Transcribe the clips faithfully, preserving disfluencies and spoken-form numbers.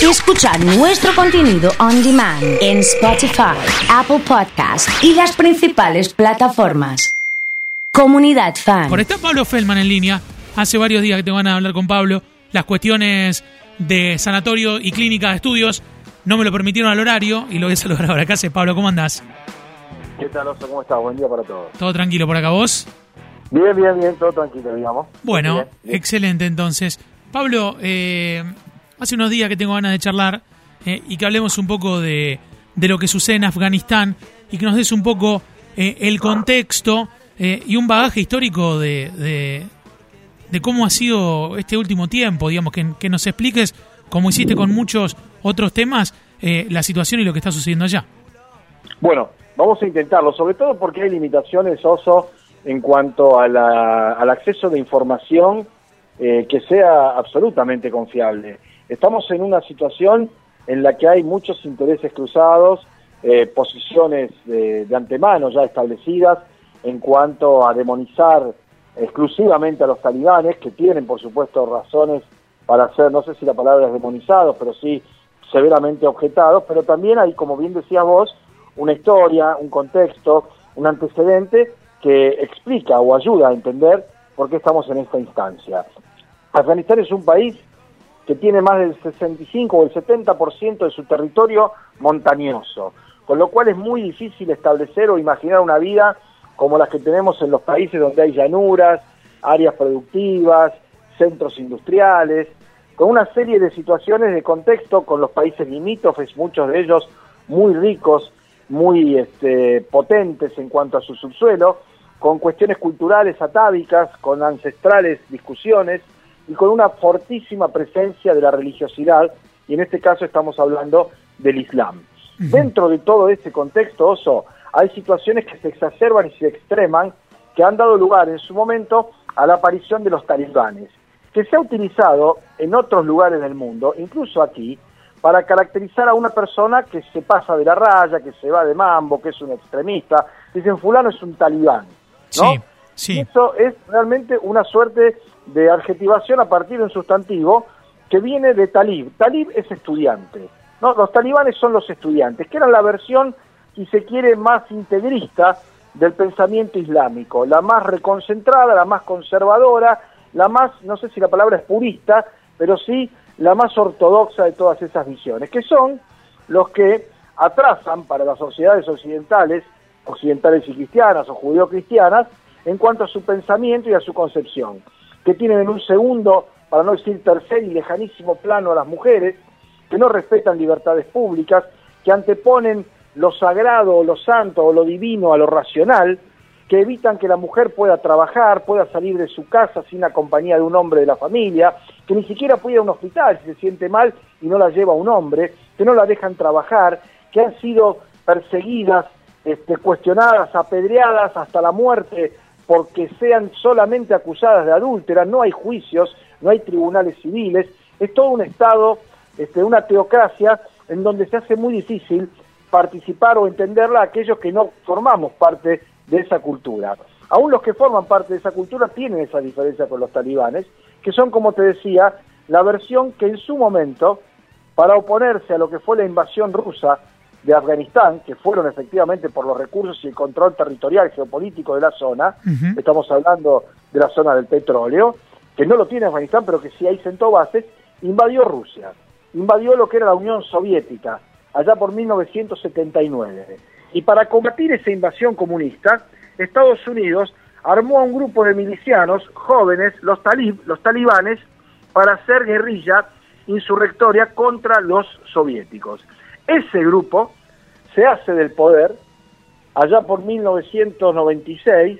Escuchar nuestro contenido on demand en Spotify, Apple Podcasts y las principales plataformas. Comunidad Fan. Por está Pablo Feldman en línea. Hace varios días que te van a hablar con Pablo. Las cuestiones de sanatorio y clínica de estudios no me lo permitieron al horario y lo voy a saludar ahora. ¿Qué haces, Pablo? ¿Cómo andás? ¿Qué tal, Oso? ¿Cómo estás? Buen día para todos. ¿Todo tranquilo por acá, vos? Bien, bien, bien. Todo tranquilo, digamos. Bueno, bien, bien. Excelente entonces. Pablo, eh, hace unos días que tengo ganas de charlar eh, y que hablemos un poco de, de lo que sucede en Afganistán y que nos des un poco eh, el contexto eh, y un bagaje histórico de, de, de cómo ha sido este último tiempo, digamos, que, que nos expliques, como hiciste con muchos otros temas, eh, la situación y lo que está sucediendo allá. Bueno, vamos a intentarlo, sobre todo porque hay limitaciones, Oso, en cuanto a la, al acceso de información eh, que sea absolutamente confiable. Estamos en una situación en la que hay muchos intereses cruzados, eh, posiciones de, de antemano ya establecidas en cuanto a demonizar exclusivamente a los talibanes, que tienen, por supuesto, razones para ser, no sé si la palabra es demonizados, pero sí severamente objetados, pero también hay, como bien decías vos, una historia, un contexto, un antecedente que explica o ayuda a entender por qué estamos en esta instancia. Afganistán es un país que tiene más del sesenta y cinco o el setenta por ciento de su territorio montañoso, con lo cual es muy difícil establecer o imaginar una vida como las que tenemos en los países donde hay llanuras, áreas productivas, centros industriales, con una serie de situaciones de contexto con los países limítrofes, muchos de ellos muy ricos, muy este, potentes en cuanto a su subsuelo, con cuestiones culturales atávicas, con ancestrales discusiones y con una fortísima presencia de la religiosidad, y en este caso estamos hablando del Islam. Uh-huh. Dentro de todo ese contexto, Oso, hay situaciones que se exacerban y se extreman, que han dado lugar en su momento a la aparición de los talibanes, que se ha utilizado en otros lugares del mundo, incluso aquí, para caracterizar a una persona que se pasa de la raya, que se va de mambo, que es un extremista. Dicen, fulano es un talibán, ¿no? Sí, sí. Eso es realmente una suerte de adjetivación a partir de un sustantivo que viene de talib. Talib es estudiante, ¿no? Los talibanes son los estudiantes, que eran la versión, si se quiere, más integrista del pensamiento islámico, la más reconcentrada, la más conservadora, la más, no sé si la palabra es purista, pero sí la más ortodoxa de todas esas visiones, que son los que atrasan para las sociedades occidentales, occidentales y cristianas o judío-cristianas, en cuanto a su pensamiento y a su concepción, que tienen en un segundo, para no decir tercer y lejanísimo plano a las mujeres, que no respetan libertades públicas, que anteponen lo sagrado o lo santo o lo divino a lo racional, que evitan que la mujer pueda trabajar, pueda salir de su casa sin la compañía de un hombre de la familia, que ni siquiera puede ir a un hospital si se siente mal y no la lleva un hombre, que no la dejan trabajar, que han sido perseguidas, este, cuestionadas, apedreadas hasta la muerte porque sean solamente acusadas de adúlteras. No hay juicios, no hay tribunales civiles, es todo un estado, este, una teocracia en donde se hace muy difícil participar o entenderla a aquellos que no formamos parte de esa cultura. Aún los que forman parte de esa cultura tienen esa diferencia con los talibanes, que son, como te decía, la versión que en su momento, para oponerse a lo que fue la invasión rusa de Afganistán, que fueron efectivamente por los recursos y el control territorial geopolítico de la zona, uh-huh. Estamos hablando de la zona del petróleo, que no lo tiene Afganistán, pero que sí ahí sentó bases, invadió Rusia, invadió lo que era la Unión Soviética, allá por mil novecientos setenta y nueve. Y para combatir esa invasión comunista, Estados Unidos armó a un grupo de milicianos jóvenes, los talib, los talibanes, para hacer guerrilla insurrectoria contra los soviéticos. Ese grupo se hace del poder allá por mil novecientos noventa y seis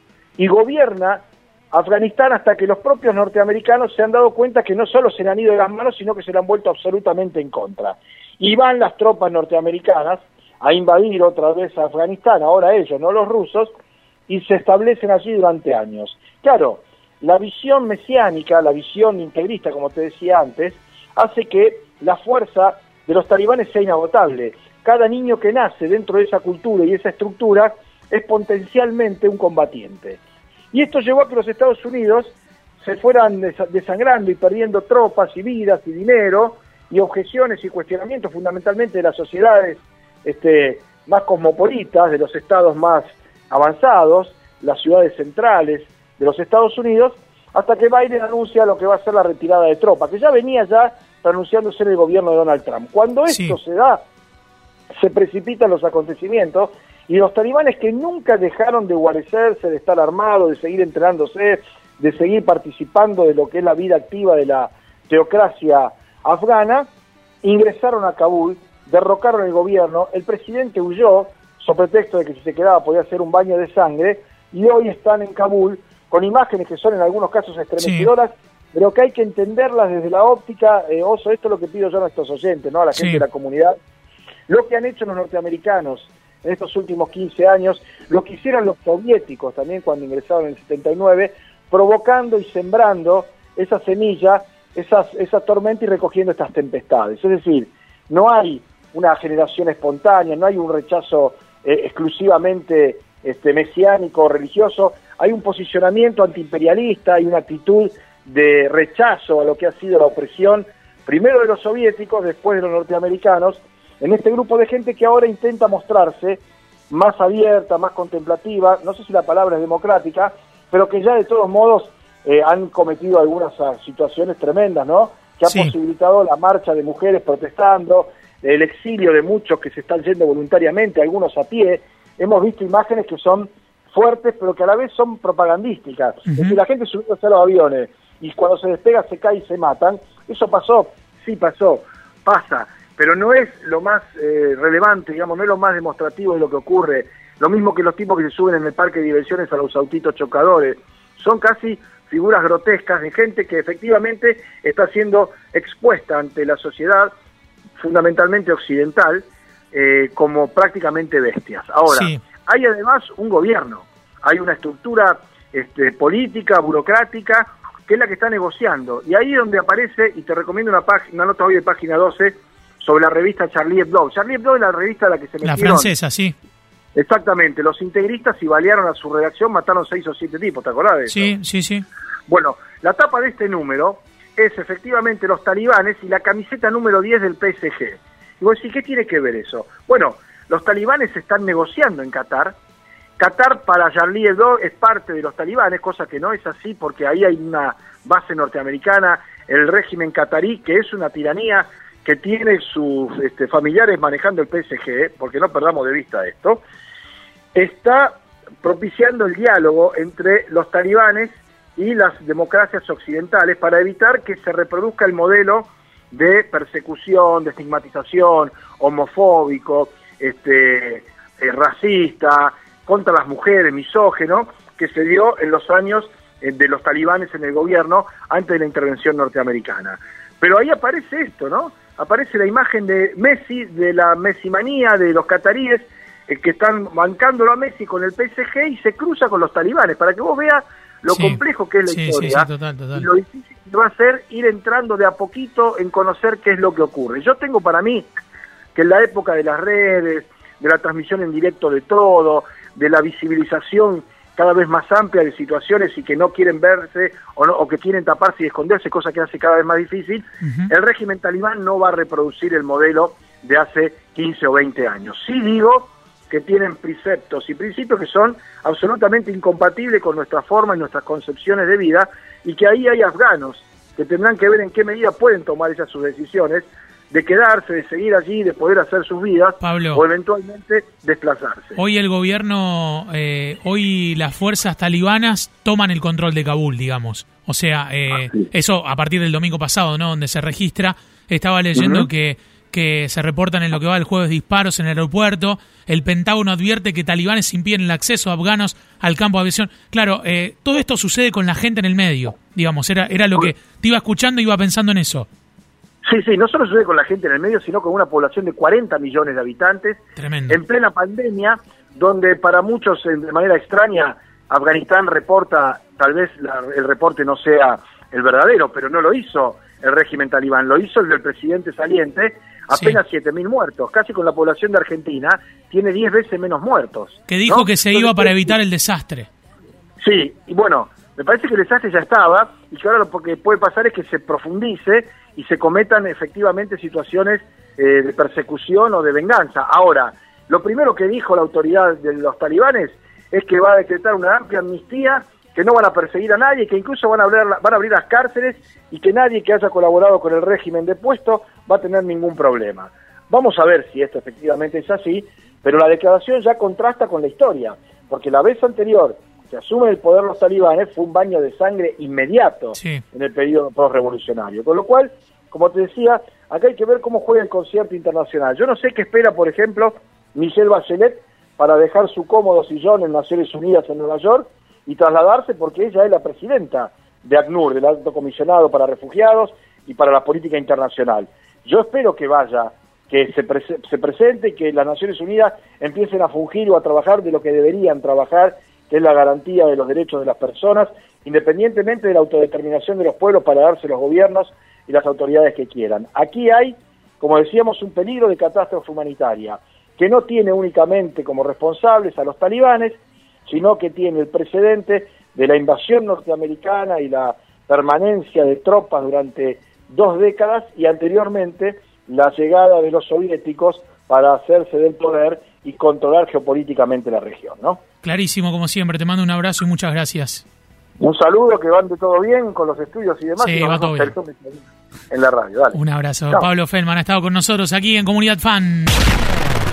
y gobierna Afganistán hasta que los propios norteamericanos se han dado cuenta que no solo se le han ido de las manos, sino que se le han vuelto absolutamente en contra. Y van las tropas norteamericanas a invadir otra vez a Afganistán, ahora ellos, no los rusos, y se establecen allí durante años. Claro, la visión mesiánica, la visión integrista, como te decía antes, hace que la fuerza de los talibanes sea inagotable. Cada niño que nace dentro de esa cultura y esa estructura es potencialmente un combatiente. Y esto llevó a que los Estados Unidos se fueran desangrando y perdiendo tropas y vidas y dinero, y objeciones y cuestionamientos fundamentalmente de las sociedades este, más cosmopolitas, de los estados más avanzados, las ciudades centrales de los Estados Unidos, hasta que Biden anuncia lo que va a ser la retirada de tropas, que ya venía ya anunciándose en el gobierno de Donald Trump. Cuando esto sí. se da, se precipitan los acontecimientos, y los talibanes, que nunca dejaron de guarecerse, de estar armados, de seguir entrenándose, de seguir participando de lo que es la vida activa de la teocracia afgana, ingresaron a Kabul, derrocaron el gobierno, el presidente huyó, sobre pretexto de que si se quedaba podía hacer un baño de sangre, y hoy están en Kabul con imágenes que son en algunos casos estremecedoras, sí. pero que hay que entenderlas desde la óptica, eh, Oso, esto es lo que pido yo a nuestros oyentes, ¿no? A la gente sí. de la comunidad, lo que han hecho los norteamericanos en estos últimos quince años, lo que hicieron los soviéticos también cuando ingresaron en el setenta y nueve, provocando y sembrando esa semilla, esas, esa tormenta y recogiendo estas tempestades. Es decir, no hay una generación espontánea, no hay un rechazo eh, exclusivamente este, mesiánico o religioso, hay un posicionamiento antiimperialista, hay una actitud de rechazo a lo que ha sido la opresión, primero de los soviéticos, después de los norteamericanos, en este grupo de gente que ahora intenta mostrarse más abierta, más contemplativa, no sé si la palabra es democrática, pero que ya de todos modos eh, han cometido algunas situaciones tremendas, ¿no? Que han sí. posibilitado la marcha de mujeres protestando, el exilio de muchos que se están yendo voluntariamente, algunos a pie. Hemos visto imágenes que son fuertes, pero que a la vez son propagandísticas. Uh-huh. Es decir, la gente subiéndose a los aviones y cuando se despega se cae y se matan. ¿Eso pasó? Sí pasó, pasa. Pero no es lo más eh, relevante, digamos, no es lo más demostrativo de lo que ocurre. Lo mismo que los tipos que se suben en el parque de diversiones a los autitos chocadores. Son casi figuras grotescas de gente que efectivamente está siendo expuesta ante la sociedad, fundamentalmente occidental, eh, como prácticamente bestias. Ahora, sí. hay además un gobierno, hay una estructura este, política, burocrática, que es la que está negociando. Y ahí es donde aparece, y te recomiendo una, página, una nota hoy de página doce, sobre la revista Charlie Hebdo. Charlie Hebdo es la revista a la que se metieron. La francesa, sí. Exactamente. Los integristas, y balearon a su redacción, mataron seis o siete tipos, ¿te acordás de eso? Sí, sí, sí. Bueno, la tapa de este número es efectivamente los talibanes y la camiseta número diez del P S G. Y vos decís, ¿qué tiene que ver eso? Bueno, los talibanes están negociando en Qatar. Qatar para Charlie Hebdo es parte de los talibanes, cosa que no es así porque ahí hay una base norteamericana, el régimen qatarí, que es una tiranía que tiene sus este, familiares manejando el P S G, porque no perdamos de vista esto, está propiciando el diálogo entre los talibanes y las democracias occidentales para evitar que se reproduzca el modelo de persecución, de estigmatización, homofóbico, este, eh, racista, contra las mujeres, misógeno, que se dio en los años eh, de los talibanes en el gobierno antes de la intervención norteamericana. Pero ahí aparece esto, ¿no? Aparece la imagen de Messi, de la mesimanía de los cataríes, eh, que están bancándolo a Messi con el P S G y se cruza con los talibanes, para que vos veas lo sí, complejo que es la sí, historia, sí, sí, total, total. Y lo difícil que va a ser ir entrando de a poquito en conocer qué es lo que ocurre. Yo tengo para mí que en la época de las redes, de la transmisión en directo de todo, de la visibilización cada vez más amplia de situaciones y que no quieren verse o, no, o que quieren taparse y esconderse, cosa que hace cada vez más difícil, uh-huh. el régimen talibán no va a reproducir el modelo de hace quince o veinte años. Sí digo que tienen preceptos y principios que son absolutamente incompatibles con nuestra forma y nuestras concepciones de vida, y que ahí hay afganos que tendrán que ver en qué medida pueden tomar esas sus decisiones de quedarse, de seguir allí, de poder hacer sus vidas, Pablo, o eventualmente desplazarse. Hoy el gobierno, eh, hoy las fuerzas talibanas toman el control de Kabul, digamos. O sea, eh, ah, sí. eso a partir del domingo pasado, ¿no? Donde se registra, estaba leyendo uh-huh. que, que se reportan en lo que va el jueves disparos en el aeropuerto. El Pentágono advierte que talibanes impiden el acceso a afganos al campo de aviación. Claro, eh, todo esto sucede con la gente en el medio, digamos. Era, era lo que te iba escuchando y iba pensando en eso. Sí, sí, no solo sucede con la gente en el medio, sino con una población de cuarenta millones de habitantes. Tremendo. En plena pandemia, donde para muchos, de manera extraña, Afganistán reporta, tal vez la, el reporte no sea el verdadero, pero no lo hizo el régimen talibán, lo hizo el del presidente saliente, apenas sí. siete mil muertos, casi con la población de Argentina, tiene diez veces menos muertos. Que dijo ¿no? que se Entonces, iba para evitar el desastre. Sí, y bueno, me parece que el desastre ya estaba, y que ahora lo que puede pasar es que se profundice y se cometan efectivamente situaciones eh, de persecución o de venganza. Ahora, lo primero que dijo la autoridad de los talibanes es que va a decretar una amplia amnistía, que no van a perseguir a nadie, que incluso van a abrir, van a abrir las cárceles y que nadie que haya colaborado con el régimen depuesto va a tener ningún problema. Vamos a ver si esto efectivamente es así, pero la declaración ya contrasta con la historia, porque la vez anterior que asumen el poder los talibanes fue un baño de sangre inmediato sí. en el periodo postrevolucionario. Con lo cual, como te decía, acá hay que ver cómo juega el concierto internacional. Yo no sé qué espera, por ejemplo, Michelle Bachelet para dejar su cómodo sillón en Naciones Unidas en Nueva York y trasladarse, porque ella es la presidenta de ACNUR, del Alto Comisionado para Refugiados y para la Política Internacional. Yo espero que vaya, que se, pre se presente, que las Naciones Unidas empiecen a fungir o a trabajar de lo que deberían trabajar, que es la garantía de los derechos de las personas, independientemente de la autodeterminación de los pueblos para darse los gobiernos y las autoridades que quieran. Aquí hay, como decíamos, un peligro de catástrofe humanitaria, que no tiene únicamente como responsables a los talibanes, sino que tiene el precedente de la invasión norteamericana y la permanencia de tropas durante dos décadas y anteriormente la llegada de los soviéticos para hacerse del poder y controlar geopolíticamente la región, ¿no? Clarísimo, como siempre. Te mando un abrazo y muchas gracias. Un saludo, que van de todo bien con los estudios y demás. Sí, y va todo bien. En la radio, dale. Un abrazo. Chao. Pablo Feldman ha estado con nosotros aquí en Comunidad Fan.